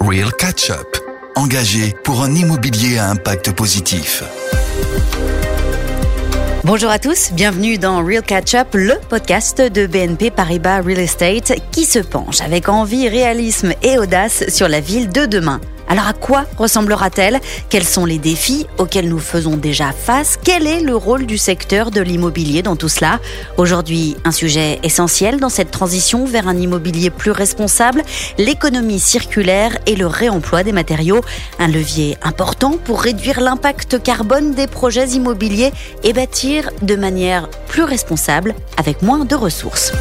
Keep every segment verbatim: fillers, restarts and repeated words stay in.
Real Catch-up, engagé pour un immobilier à impact positif. Bonjour à tous, bienvenue dans Real Catch-up, le podcast de B N P Paribas Real Estate qui se penche avec envie, réalisme et audace sur la ville de demain. Alors à quoi ressemblera-t-elle ? Quels sont les défis auxquels nous faisons déjà face ? Quel est le rôle du secteur de l'immobilier dans tout cela ? Aujourd'hui, un sujet essentiel dans cette transition vers un immobilier plus responsable, l'économie circulaire et le réemploi des matériaux. Un levier important pour réduire l'impact carbone des projets immobiliers et bâtir de manière plus responsable avec moins de ressources.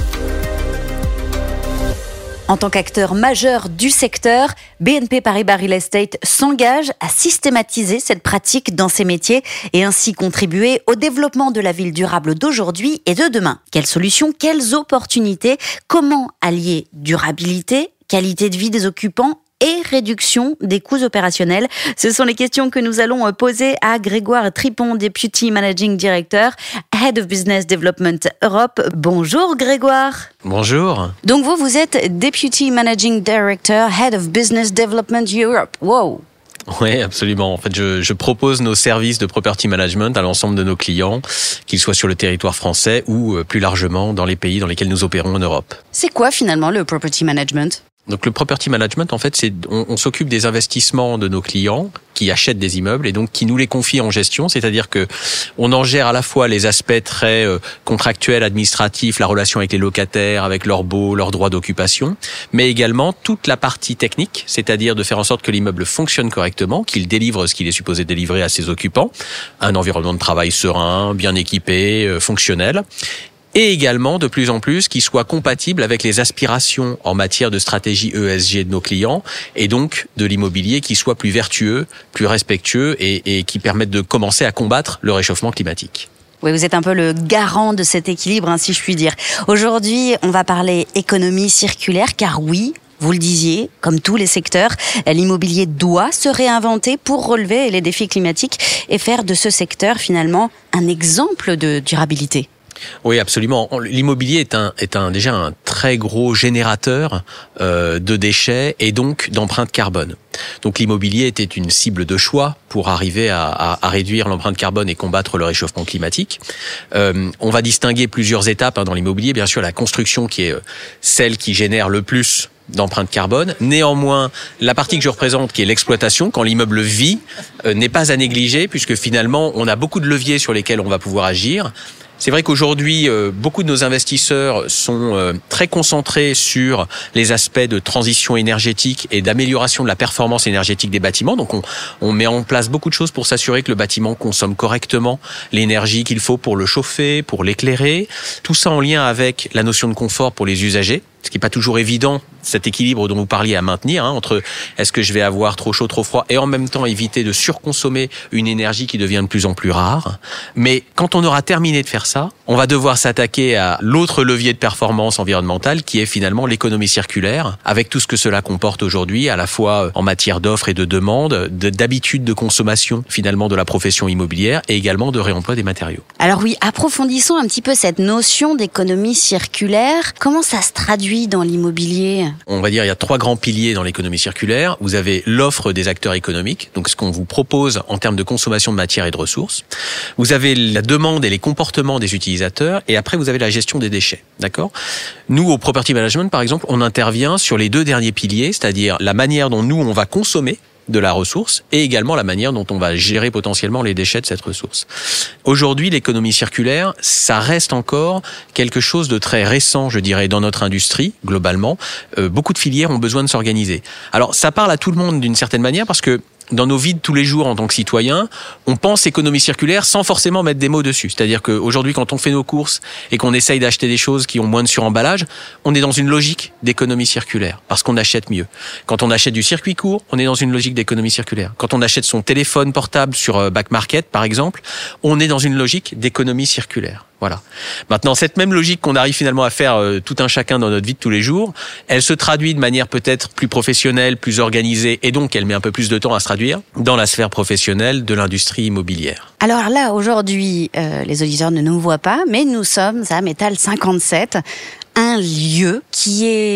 En tant qu'acteur majeur du secteur, B N P Paribas Real Estate s'engage à systématiser cette pratique dans ses métiers et ainsi contribuer au développement de la ville durable d'aujourd'hui et de demain. Quelles solutions, quelles opportunités, comment allier durabilité, qualité de vie des occupants et réduction des coûts opérationnels? Ce sont les questions que nous allons poser à Grégoire Tripon, Deputy Managing Director, Head of Business Development Europe. Bonjour Grégoire. Bonjour. Donc vous, vous êtes Deputy Managing Director, Head of Business Development Europe. Wow. Oui, absolument. En fait, je, je propose nos services de property management à l'ensemble de nos clients, qu'ils soient sur le territoire français ou plus largement dans les pays dans lesquels nous opérons en Europe. C'est quoi finalement le property management ? Donc le property management, en fait, c'est on, on s'occupe des investissements de nos clients qui achètent des immeubles et donc qui nous les confient en gestion, c'est-à-dire que on en gère à la fois les aspects très euh, contractuels, administratifs, la relation avec les locataires, avec leurs baux, leurs droits d'occupation, mais également toute la partie technique, c'est-à-dire de faire en sorte que l'immeuble fonctionne correctement, qu'il délivre ce qu'il est supposé délivrer à ses occupants, un environnement de travail serein, bien équipé, euh, fonctionnel. Et également, de plus en plus, qui soit compatible avec les aspirations en matière de stratégie E S G de nos clients et donc de l'immobilier qui soit plus vertueux, plus respectueux et, et qui permette de commencer à combattre le réchauffement climatique. Oui, vous êtes un peu le garant de cet équilibre, hein, si je puis dire. Aujourd'hui, on va parler économie circulaire, car oui, vous le disiez, comme tous les secteurs, l'immobilier doit se réinventer pour relever les défis climatiques et faire de ce secteur, finalement, un exemple de durabilité. Oui, absolument. L'immobilier est un est un déjà un très gros générateur euh, de déchets et donc d'empreinte carbone. Donc l'immobilier était une cible de choix pour arriver à, à, à réduire l'empreinte carbone et combattre le réchauffement climatique. Euh, on va distinguer plusieurs étapes hein, dans l'immobilier. Bien sûr, la construction qui est celle qui génère le plus d'empreinte carbone. Néanmoins, la partie que je représente, qui est l'exploitation, quand l'immeuble vit, euh, n'est pas à négliger puisque finalement, on a beaucoup de leviers sur lesquels on va pouvoir agir. C'est vrai qu'aujourd'hui, euh, beaucoup de nos investisseurs sont euh, très concentrés sur les aspects de transition énergétique et d'amélioration de la performance énergétique des bâtiments. Donc, on, on met en place beaucoup de choses pour s'assurer que le bâtiment consomme correctement l'énergie qu'il faut pour le chauffer, pour l'éclairer. Tout ça en lien avec la notion de confort pour les usagers, ce qui n'est pas toujours évident, cet équilibre dont vous parliez à maintenir, hein, entre est-ce que je vais avoir trop chaud, trop froid, et en même temps éviter de surconsommer une énergie qui devient de plus en plus rare. Mais quand on aura terminé de faire ça, on va devoir s'attaquer à l'autre levier de performance environnementale qui est finalement l'économie circulaire, avec tout ce que cela comporte aujourd'hui, à la fois en matière d'offres et de demandes, d'habitudes de consommation finalement de la profession immobilière et également de réemploi des matériaux. Alors oui, approfondissons un petit peu cette notion d'économie circulaire. Comment ça se traduit dans l'immobilier ? On va dire il y a trois grands piliers dans l'économie circulaire. Vous avez l'offre des acteurs économiques, donc ce qu'on vous propose en termes de consommation de matières et de ressources. Vous avez la demande et les comportements des utilisateurs, et après vous avez la gestion des déchets. D'accord ? Nous, au property management, par exemple, on intervient sur les deux derniers piliers, c'est-à-dire la manière dont nous on va consommer de la ressource et également la manière dont on va gérer potentiellement les déchets de cette ressource. Aujourd'hui, l'économie circulaire, ça reste encore quelque chose de très récent, je dirais, dans notre industrie, globalement. Euh, beaucoup de filières ont besoin de s'organiser. Alors, ça parle à tout le monde d'une certaine manière parce que dans nos vies de tous les jours en tant que citoyens, on pense économie circulaire sans forcément mettre des mots dessus. C'est-à-dire qu'aujourd'hui, quand on fait nos courses et qu'on essaye d'acheter des choses qui ont moins de suremballage, on est dans une logique d'économie circulaire parce qu'on achète mieux. Quand on achète du circuit court, on est dans une logique d'économie circulaire. Quand on achète son téléphone portable sur Back Market, par exemple, on est dans une logique d'économie circulaire. Voilà. Maintenant, cette même logique qu'on arrive finalement à faire euh, tout un chacun dans notre vie de tous les jours, elle se traduit de manière peut-être plus professionnelle, plus organisée, et donc elle met un peu plus de temps à se traduire dans la sphère professionnelle de l'industrie immobilière. Alors là, aujourd'hui, euh, les auditeurs ne nous voient pas, mais nous sommes à Métal cinquante-sept, un lieu qui est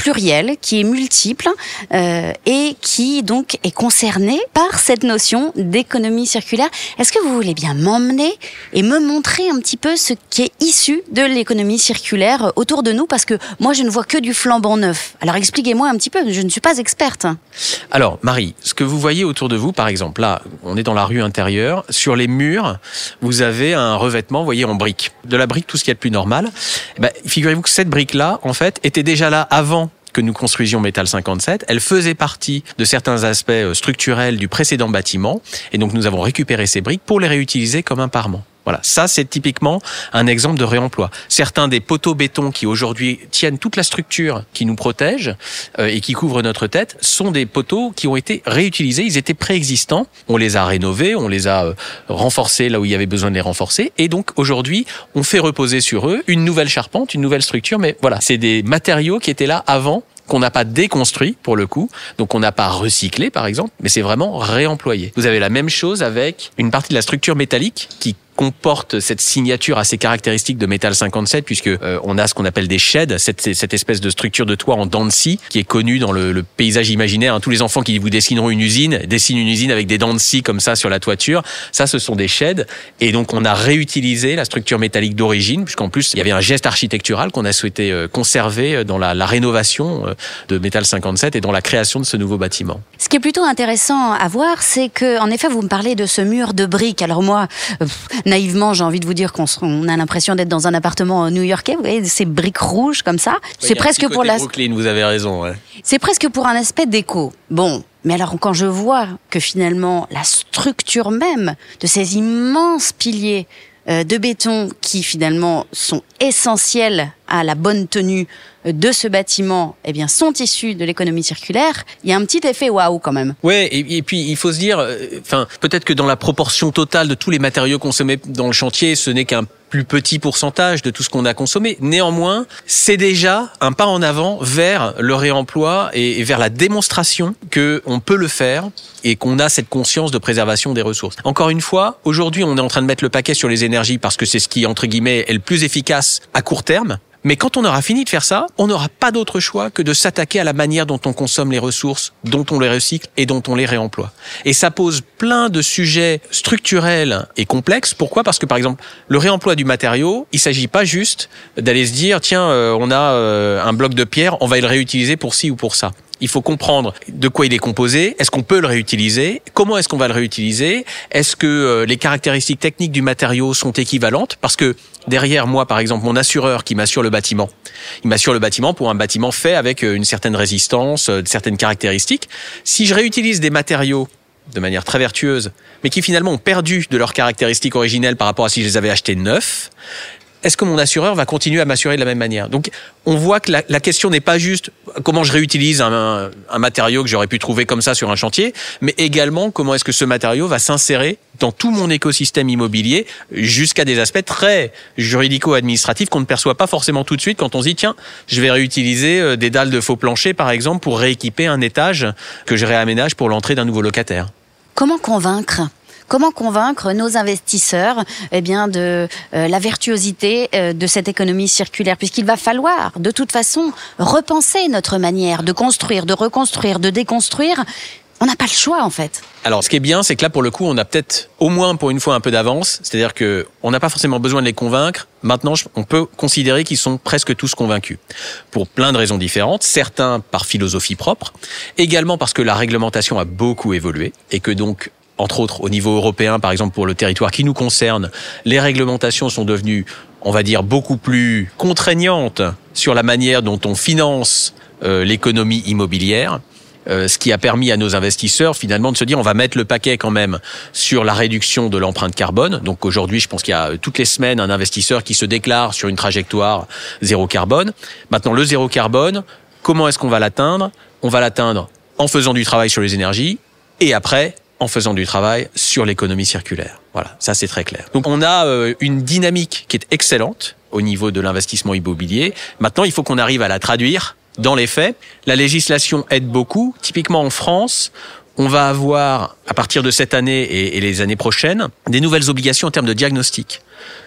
pluriel, qui est multiple euh, et qui donc est concerné par cette notion d'économie circulaire. Est-ce que vous voulez bien m'emmener et me montrer un petit peu ce qui est issu de l'économie circulaire autour de nous, parce que moi je ne vois que du flambant neuf. Alors expliquez-moi un petit peu, je ne suis pas experte. Alors Marie, ce que vous voyez autour de vous, par exemple, là, on est dans la rue intérieure, sur les murs, vous avez un revêtement, vous voyez, en briques. De la brique, tout ce qu'il y a de plus normal. Ben, figurez-vous que cette brique-là, en fait, était déjà là avant que nous construisions Métal cinquante-sept. Elle faisait partie de certains aspects structurels du précédent bâtiment, et donc nous avons récupéré ces briques pour les réutiliser comme un parement. Voilà, ça c'est typiquement un exemple de réemploi. Certains des poteaux béton qui aujourd'hui tiennent toute la structure qui nous protège euh, et qui couvre notre tête sont des poteaux qui ont été réutilisés. Ils étaient préexistants, on les a rénovés, on les a euh, renforcés là où il y avait besoin de les renforcer, et donc aujourd'hui on fait reposer sur eux une nouvelle charpente, une nouvelle structure. Mais voilà, c'est des matériaux qui étaient là avant, qu'on n'a pas déconstruit pour le coup, donc on n'a pas recyclé par exemple, mais c'est vraiment réemployé. Vous avez la même chose avec une partie de la structure métallique qui comporte cette signature assez caractéristique de Métal cinquante-sept, puisque euh, on a ce qu'on appelle des sheds, cette, cette espèce de structure de toit en dents de scie qui est connue dans le, le paysage imaginaire. Tous les enfants qui vous dessineront une usine dessinent une usine avec des dents de scie comme ça sur la toiture. Ça, ce sont des sheds, et donc on a réutilisé la structure métallique d'origine, puisqu'en plus il y avait un geste architectural qu'on a souhaité euh, conserver dans la, la rénovation euh, de Métal cinquante-sept et dans la création de ce nouveau bâtiment. Ce qui est plutôt intéressant à voir, c'est que, en effet, vous me parlez de ce mur de briques. Alors moi, euh, naïvement, j'ai envie de vous dire qu'on se, on a l'impression d'être dans un appartement new-yorkais. Vous voyez, ces briques rouges comme ça. Ouais, c'est presque pour la. Brooklyn, vous avez raison. Ouais. C'est presque pour un aspect déco. Bon, mais alors quand je vois que finalement la structure même de ces immenses piliers euh, de béton qui finalement sont essentiels à la bonne tenue de ce bâtiment, eh bien, sont issus de l'économie circulaire, il y a un petit effet waouh quand même. Ouais, et, et puis il faut se dire, enfin, euh, peut-être que dans la proportion totale de tous les matériaux consommés dans le chantier, ce n'est qu'un plus petit pourcentage de tout ce qu'on a consommé. Néanmoins, c'est déjà un pas en avant vers le réemploi et, et vers la démonstration que on peut le faire et qu'on a cette conscience de préservation des ressources. Encore une fois, aujourd'hui, on est en train de mettre le paquet sur les énergies parce que c'est ce qui, entre guillemets, est le plus efficace à court terme. Mais quand on aura fini de faire ça, on n'aura pas d'autre choix que de s'attaquer à la manière dont on consomme les ressources, dont on les recycle et dont on les réemploie. Et ça pose plein de sujets structurels et complexes. Pourquoi ? Parce que, par exemple, le réemploi du matériau, il s'agit pas juste d'aller se dire, tiens, euh, on a euh, un bloc de pierre, on va le réutiliser pour ci ou pour ça. Il faut comprendre de quoi il est composé, est-ce qu'on peut le réutiliser, comment est-ce qu'on va le réutiliser, est-ce que euh, les caractéristiques techniques du matériau sont équivalentes, parce que derrière moi, par exemple, mon assureur qui m'assure le bâtiment, il m'assure le bâtiment pour un bâtiment fait avec une certaine résistance, euh, certaines caractéristiques. Si je réutilise des matériaux de manière très vertueuse, mais qui finalement ont perdu de leurs caractéristiques originelles par rapport à si je les avais achetés neufs, est-ce que mon assureur va continuer à m'assurer de la même manière ? Donc, on voit que la, la question n'est pas juste comment je réutilise un, un, un matériau que j'aurais pu trouver comme ça sur un chantier, mais également comment est-ce que ce matériau va s'insérer dans tout mon écosystème immobilier jusqu'à des aspects très juridico-administratifs qu'on ne perçoit pas forcément tout de suite quand on se dit tiens, je vais réutiliser des dalles de faux plancher par exemple pour rééquiper un étage que je réaménage pour l'entrée d'un nouveau locataire. Comment convaincre ? Comment convaincre nos investisseurs eh bien, de euh, la vertuosité euh, de cette économie circulaire ? Puisqu'il va falloir, de toute façon, repenser notre manière de construire, de reconstruire, de déconstruire. On n'a pas le choix, en fait. Alors, ce qui est bien, c'est que là, pour le coup, on a peut-être, au moins pour une fois, un peu d'avance. C'est-à-dire que on n'a pas forcément besoin de les convaincre. Maintenant, on peut considérer qu'ils sont presque tous convaincus. Pour plein de raisons différentes. Certains par philosophie propre. Également parce que la réglementation a beaucoup évolué. Et que donc, entre autres, au niveau européen, par exemple, pour le territoire qui nous concerne, les réglementations sont devenues, on va dire, beaucoup plus contraignantes sur la manière dont on finance euh, l'économie immobilière. Euh, ce qui a permis à nos investisseurs finalement de se dire on va mettre le paquet quand même sur la réduction de l'empreinte carbone. Donc aujourd'hui, je pense qu'il y a toutes les semaines un investisseur qui se déclare sur une trajectoire zéro carbone. Maintenant, le zéro carbone, comment est-ce qu'on va l'atteindre ? On va l'atteindre en faisant du travail sur les énergies et après en faisant du travail sur l'économie circulaire. Voilà, ça c'est très clair. Donc on a euh, une dynamique qui est excellente au niveau de l'investissement immobilier. Maintenant, il faut qu'on arrive à la traduire dans les faits. La législation aide beaucoup. Typiquement en France, on va avoir, à partir de cette année et, et les années prochaines, des nouvelles obligations en termes de diagnostic.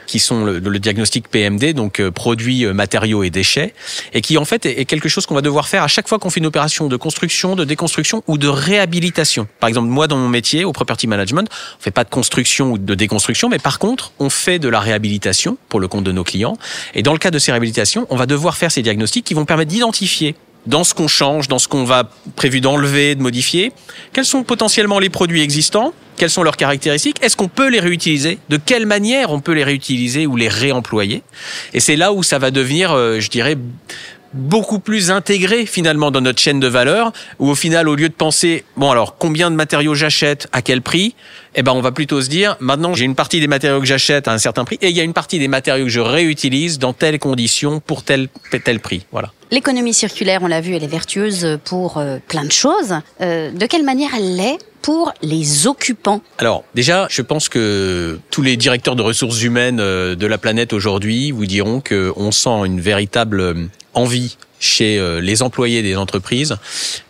qui sont le, le diagnostic P M D, donc euh, produits, euh, matériaux et déchets, et qui en fait est, est quelque chose qu'on va devoir faire à chaque fois qu'on fait une opération de construction, de déconstruction ou de réhabilitation. Par exemple, moi dans mon métier, au property management, on fait pas de construction ou de déconstruction, mais par contre, on fait de la réhabilitation pour le compte de nos clients. Et dans le cas de ces réhabilitations, on va devoir faire ces diagnostics qui vont permettre d'identifier dans ce qu'on change, dans ce qu'on va prévu d'enlever, de modifier, quels sont potentiellement les produits existants, quelles sont leurs caractéristiques, est-ce qu'on peut les réutiliser, de quelle manière on peut les réutiliser ou les réemployer. Et c'est là où ça va devenir, euh, je dirais, beaucoup plus intégré finalement dans notre chaîne de valeur, où au final, au lieu de penser, bon alors combien de matériaux j'achète, à quel prix, eh ben on va plutôt se dire, maintenant j'ai une partie des matériaux que j'achète à un certain prix, et il y a une partie des matériaux que je réutilise dans telles conditions pour tel tel prix. Voilà. L'économie circulaire, on l'a vu, elle est vertueuse pour euh, plein de choses. Euh, de quelle manière elle l'est pour les occupants? Alors, déjà, je pense que tous les directeurs de ressources humaines de la planète aujourd'hui vous diront qu'on sent une véritable envie chez les employés des entreprises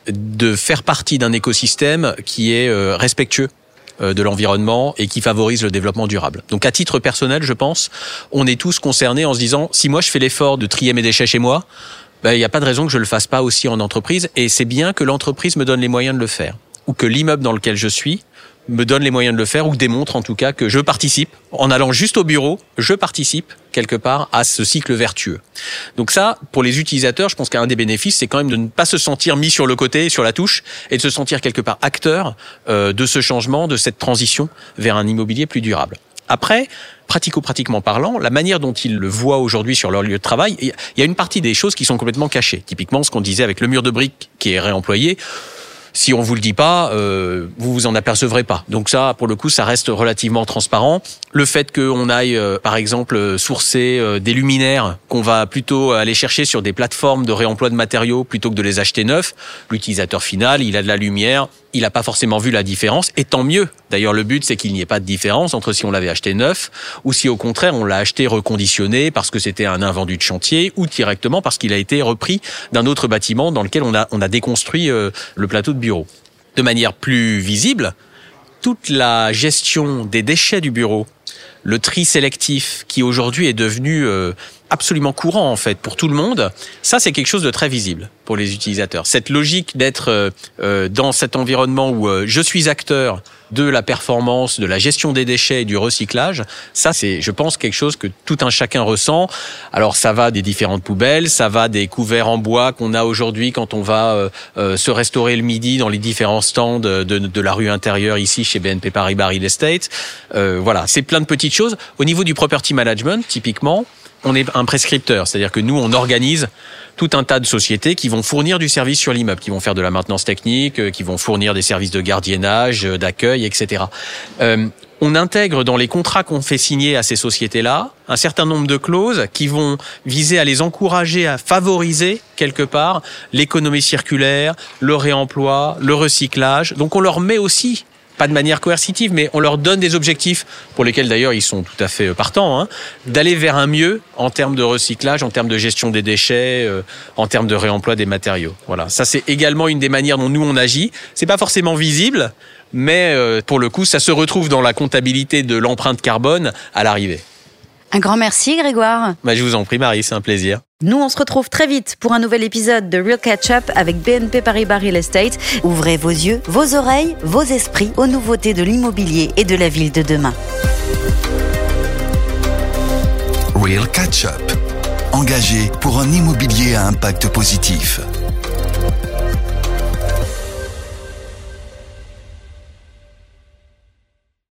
de faire partie d'un écosystème qui est respectueux de l'environnement et qui favorise le développement durable. Donc à titre personnel, je pense, on est tous concernés en se disant, si moi je fais l'effort de trier mes déchets chez moi, ben, il n'y a pas de raison que je le fasse pas aussi en entreprise, et c'est bien que l'entreprise me donne les moyens de le faire, ou que l'immeuble dans lequel je suis me donne les moyens de le faire, ou démontre en tout cas que je participe, en allant juste au bureau, je participe quelque part à ce cycle vertueux. Donc ça, pour les utilisateurs, je pense qu'un des bénéfices, c'est quand même de ne pas se sentir mis sur le côté, sur la touche, et de se sentir quelque part acteur euh, de ce changement, de cette transition vers un immobilier plus durable. Après, pratico-pratiquement parlant, la manière dont ils le voient aujourd'hui sur leur lieu de travail, il y a une partie des choses qui sont complètement cachées. Typiquement, ce qu'on disait avec le mur de briques qui est réemployé, si on vous le dit pas, euh, vous vous en apercevrez pas. Donc ça, pour le coup, ça reste relativement transparent. Le fait qu'on aille, euh, par exemple, sourcer euh, des luminaires qu'on va plutôt aller chercher sur des plateformes de réemploi de matériaux plutôt que de les acheter neufs, l'utilisateur final, il a de la lumière, il n'a pas forcément vu la différence, et tant mieux. D'ailleurs, le but, c'est qu'il n'y ait pas de différence entre si on l'avait acheté neuf ou si, au contraire, on l'a acheté reconditionné parce que c'était un invendu de chantier, ou directement parce qu'il a été repris d'un autre bâtiment dans lequel on a, on a déconstruit euh, le plateau de bureau. De manière plus visible, toute la gestion des déchets du bureau, le tri sélectif qui aujourd'hui est devenu euh, absolument courant en fait pour tout le monde, ça c'est quelque chose de très visible pour les utilisateurs. Cette logique d'être euh, euh, dans cet environnement où euh, je suis acteur de la performance, de la gestion des déchets et du recyclage, ça c'est, je pense, quelque chose que tout un chacun ressent. Alors ça va des différentes poubelles, ça va des couverts en bois qu'on a aujourd'hui quand on va euh, euh, se restaurer le midi dans les différents stands de, de, de la rue intérieure ici chez B N P Paribas Real Estate. Euh, voilà, c'est plein de petites choses. Au niveau du property management, typiquement, on est un prescripteur, c'est-à-dire que nous, on organise tout un tas de sociétés qui vont fournir du service sur l'immeuble, qui vont faire de la maintenance technique, qui vont fournir des services de gardiennage, d'accueil, et cetera. Euh, on intègre dans les contrats qu'on fait signer à ces sociétés-là un certain nombre de clauses qui vont viser à les encourager à favoriser, quelque part, l'économie circulaire, le réemploi, le recyclage. Donc on leur met aussi, pas de manière coercitive, mais on leur donne des objectifs pour lesquels d'ailleurs ils sont tout à fait partants, hein, d'aller vers un mieux en termes de recyclage, en termes de gestion des déchets, euh, en termes de réemploi des matériaux. Voilà, ça c'est également une des manières dont nous on agit. C'est pas forcément visible, mais euh, pour le coup, ça se retrouve dans la comptabilité de l'empreinte carbone à l'arrivée. Un grand merci Grégoire. Bah, je vous en prie Marie, c'est un plaisir. Nous, on se retrouve très vite pour un nouvel épisode de Real Catch-up avec B N P Paribas Real Estate. Ouvrez vos yeux, vos oreilles, vos esprits aux nouveautés de l'immobilier et de la ville de demain. Real Catch-up. Engagé pour un immobilier à impact positif.